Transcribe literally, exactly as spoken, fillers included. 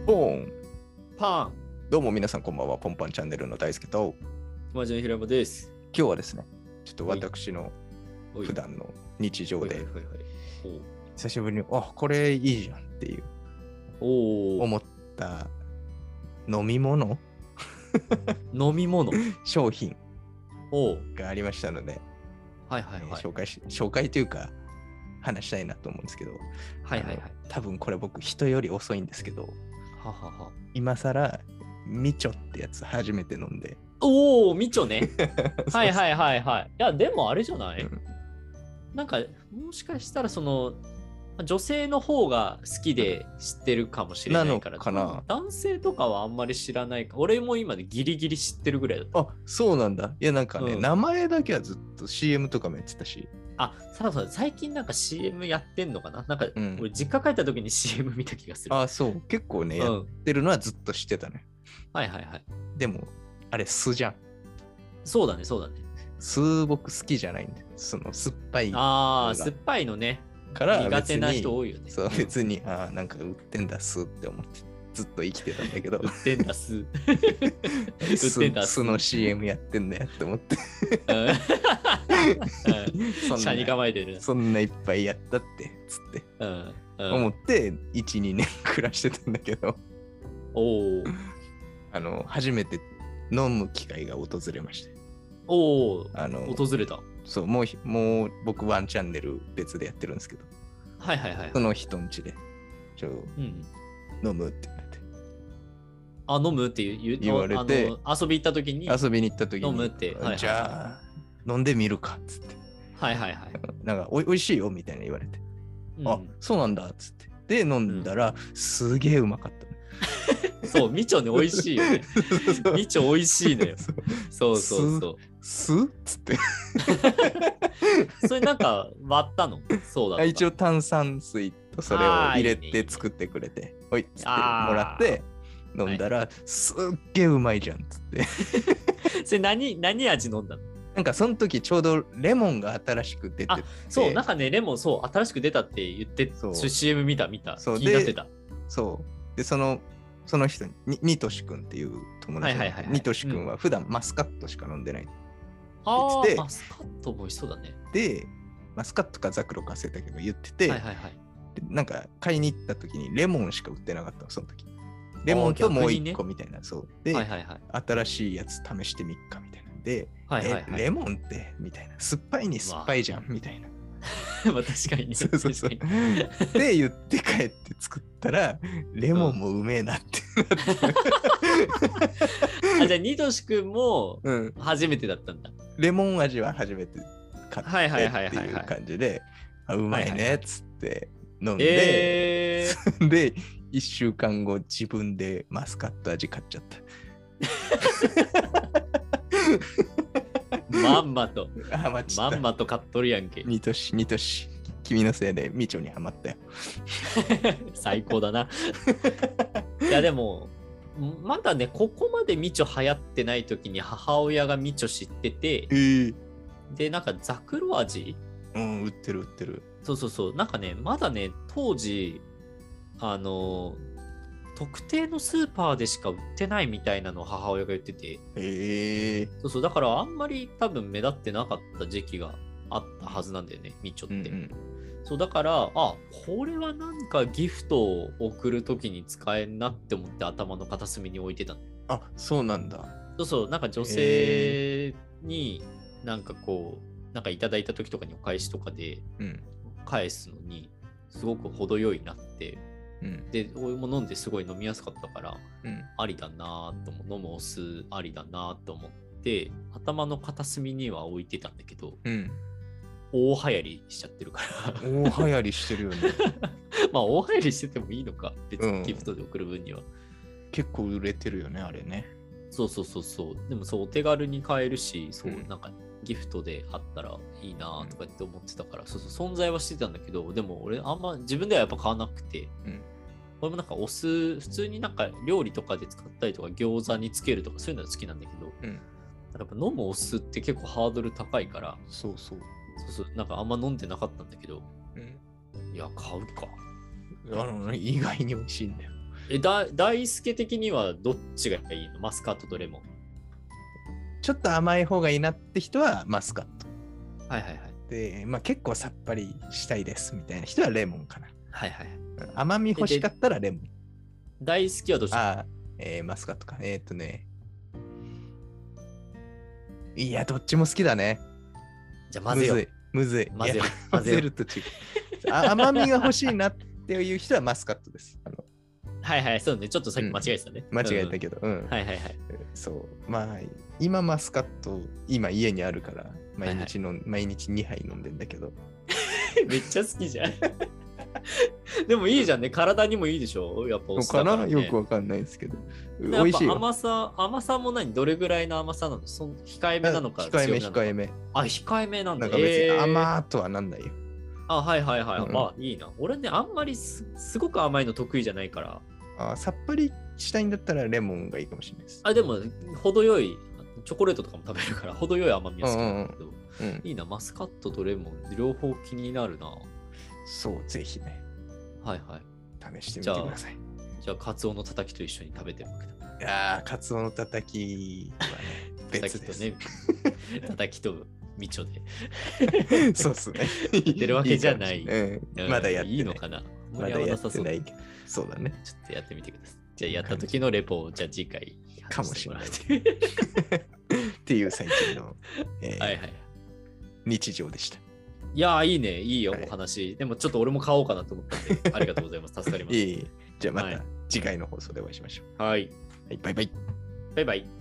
ポーンパンどうも皆さんこんばんは。ポンパンチャンネルの大輔と、 マジの平山です。 今日はですね、ちょっと私のおい普段の日常ではいはいはいはいお久しぶりに、あ、これいいじゃんっていうおお思った飲み物飲み物商品おうがありましたので、 はいはいはいえー紹介し紹介というか話したいなと思うんですけど、 はいはいはいあの多分これ僕人より遅いんですけど、 ははは今更みちょってやつ初めて飲んでおおみちょねはいい、 はいはいはいいやでもあれじゃない、 うんなんかもしかしたらその女性の方が好きで知ってるかもしれないから、 なのかな。 男性とかはあんまり知らないか。俺も今でギリギリ知ってるぐらいだった。 あ、そうなんだ。いやなんかね、 うん名前だけはずっと シーエム とかもやってたし、 あ、そうそう、最近なんか シーエム やってんのかななんか、 うん俺実家帰った時に シーエム 見た気がする。 あ、そう、結構ね、 うんやってるのはずっと知ってたね。 はいはいはい。 でも、あれ酢じゃん。 そうだね、そうだね。 酢僕好きじゃないんで、その酸っぱいああ、 そうだ酸っぱいのね。 から苦手な別に人多いよね。 そう、別に、ああ、なんか売ってんだ酢って思ってずっと生きてたんだけど、 売ってんだす。売って酢んだ酢の シーエム やってんだよって思ってうんシャに構えてる。 そんないっぱいやったってつってうんうん思っていち、にねん暮らしてたんだけど、 おお。 あの初めて飲む機会が訪れまして、 おお。 あの訪れた。 そうもうひもう僕ワンチャンネル別でやってるんですけど、 はいはいはい。 その人ん家でちょうん、 飲むって言われて、 あ、飲むって言う言われてあの遊び行った時に。 遊びに行った時に飲むってはいはいじゃあ飲んでみるかっつって、 はいはいはい。 なんかおいおいしいよみたいな言われて、 うんあ、そうなんだっつってで飲んだら、すげえうまかったね。 そう、みちょね、美味しいよね。 そうみちょ美味しいのよ。そうそうそう。 すっつってそれなんか割ったのそうだった。 一応炭酸水とそれを入れあーいいねいいねて作ってくれて、おいっつってもあーらって飲んだら、すっげえうまいじゃんっつってそれ何、何味飲んだのなんかその時ちょうどレモンが新しく出てて、 あそう、なんかね、レモン、そう、新しく出たって言って、 そうそう シーエム 見た、見た。 そう気になってた。 そうでそのその人ににとしくんっていう友達はいはいはいはいにとしくんは普段マスカットしか飲んでない、 ああ、 言っててマスカットも美味しそうだね。 でマスカットかザクロか忘れたけど言ってて、 はいはいはい。 でなんか買いに行った時にレモンしか売ってなかったのその時。レモンともう一個みたいな、そうで、 はいはいはい。 新しいやつ試してみっかみたいなんで、 はいはいはいえレモンってみたいな、酸っぱいに酸っぱいじゃんみたいな。 まあ確かにね。 そうそうそう。 確かにで言って帰って作ったらレモンもうめえなってなって、 あ、じゃあ、ニトシ君もうん、 初めてだったんだ。 レモン味は初めて買ってはいはいはいってはいはいいう感じで、あうまいはいはいはいねっつって飲んで、 えでいっしゅうかんご自分でマスカット味買っちゃった。 ー、まんまと、 あ、まっちゃった。 まんまと買っとるやんけ。 にとし、にとし。君のせいでみちょにはまったよ。 最高だな。いやでも、まだね、ここまでみちょ流行ってない時に母親がみちょ知ってて、 えー、 で、なんかザクロ味うん、売ってる売ってる。 そうそうそう、なんかね、まだね、当時、あの、特定のスーパーでしか売ってないみたいなのを母親が言ってて、 えー、 そうそう、だからあんまり多分目立ってなかった時期があったはずなんだよね、みちょって。 うんうん、 そう、だから、あ、これはなんかギフトを送るときに使えんなって思って頭の片隅に置いてたの。 あ、そうなんだ。 そうそう、なんか女性になんかこう、なんかいただいた時とかにお返しとかでうん。 返すのにすごく程よいなって、 うん。 で、俺も飲んですごい飲みやすかったから、 うん。 ありだなぁと思う、飲むお酢ありだなぁと思って、頭の片隅には置いてたんだけど、 うん。 大流行りしちゃってるから大流行りしてるよね。 まあ大流行りしててもいいのか、別うんにギフトで送る分には、 結構売れてるよね、あれね。 そうそうそうそう、でもそうお手軽に買えるし、そう、 うんなんかギフトであったらいいなとかって思ってたから、うん、そうそう存在はしてたんだけど、でも俺あんま自分ではやっぱ買わなくて、 うん、 俺もなんかお酢普通になんか料理とかで使ったりとか餃子につけるとかそういうのは好きなんだけど、 うん、 やっぱ飲むお酢って結構ハードル高いから、 そうそう。 そうそう、なんかあんま飲んでなかったんだけど、 うん、 いや買うか。 あの意外に美味しいんだよ。 え、だ大輔的にはどっちがいいの？マスカットとレモン。 ちょっと甘い方がいいなって人はマスカット。 はいはいはい。 で、まあ結構さっぱりしたいですみたいな人はレモンかな。 はいはい。 甘み欲しかったらレモン。 大好きはどっち？ ああ、えー、マスカットか。えー、っとね。いや、どっちも好きだね。 じゃあ混ぜよう。 むずい。 混ぜよう。 混ぜると違う。あ甘みが欲しいなっていう人はマスカットです。あのはいはい、そうね。ちょっとさっき間違えてたね。 うん、間違えたけど、うん。 はいはいはい。 そう。まあ、今マスカット、今家にあるから、毎日の、はいはい、毎日にはい飲んでんだけど。 めっちゃ好きじゃん。でもいいじゃんね。体にもいいでしょ。やっぱお酢だから、ね、 かなよくわかんないですけど。美味しいよ。 甘さ、甘さも何どれぐらいの甘さなの？そん控えめなのか控えめ、控えめ。 あ、控えめなんだ。 なんか別に甘とはなんないよ。 えー、あ、はいはいはい。うん、まあいいな。俺ね、あんまり す, すごく甘いの得意じゃないから。 あ、さっぱりしたいんだったらレモンがいいかもしれないです。 あ、でも、程よい、チョコレートとかも食べるから、程よい甘みは好きなんだけど、うんうんうん、いいな、マスカットとレモン、両方気になるな。 そう、ぜひね。 はいはい。 試してみてください。 じゃあ、カツオのたたきと一緒に食べてみください。 いやー、カツオのたたきはね、別です。 ね、たたきとみちょで。 そうっすね。 言ってるわけじゃない。いいうん、まだやってない。 いいのかな。 まだやってないけど。そうだね。 ちょっとやってみてください。じゃあ、やった時のレポを、じゃあ次回。 かもしれない。っていう最近の、えー、はいはい、日常でした。 いやー、いいね。いいよ、はい、お話。でもちょっと俺も買おうかなと思ったんで、ありがとうございます。助かります。 いい。じゃあまた次回の放送でお会いしましょう。 はい。 はい、バイバイ。 バイバイ。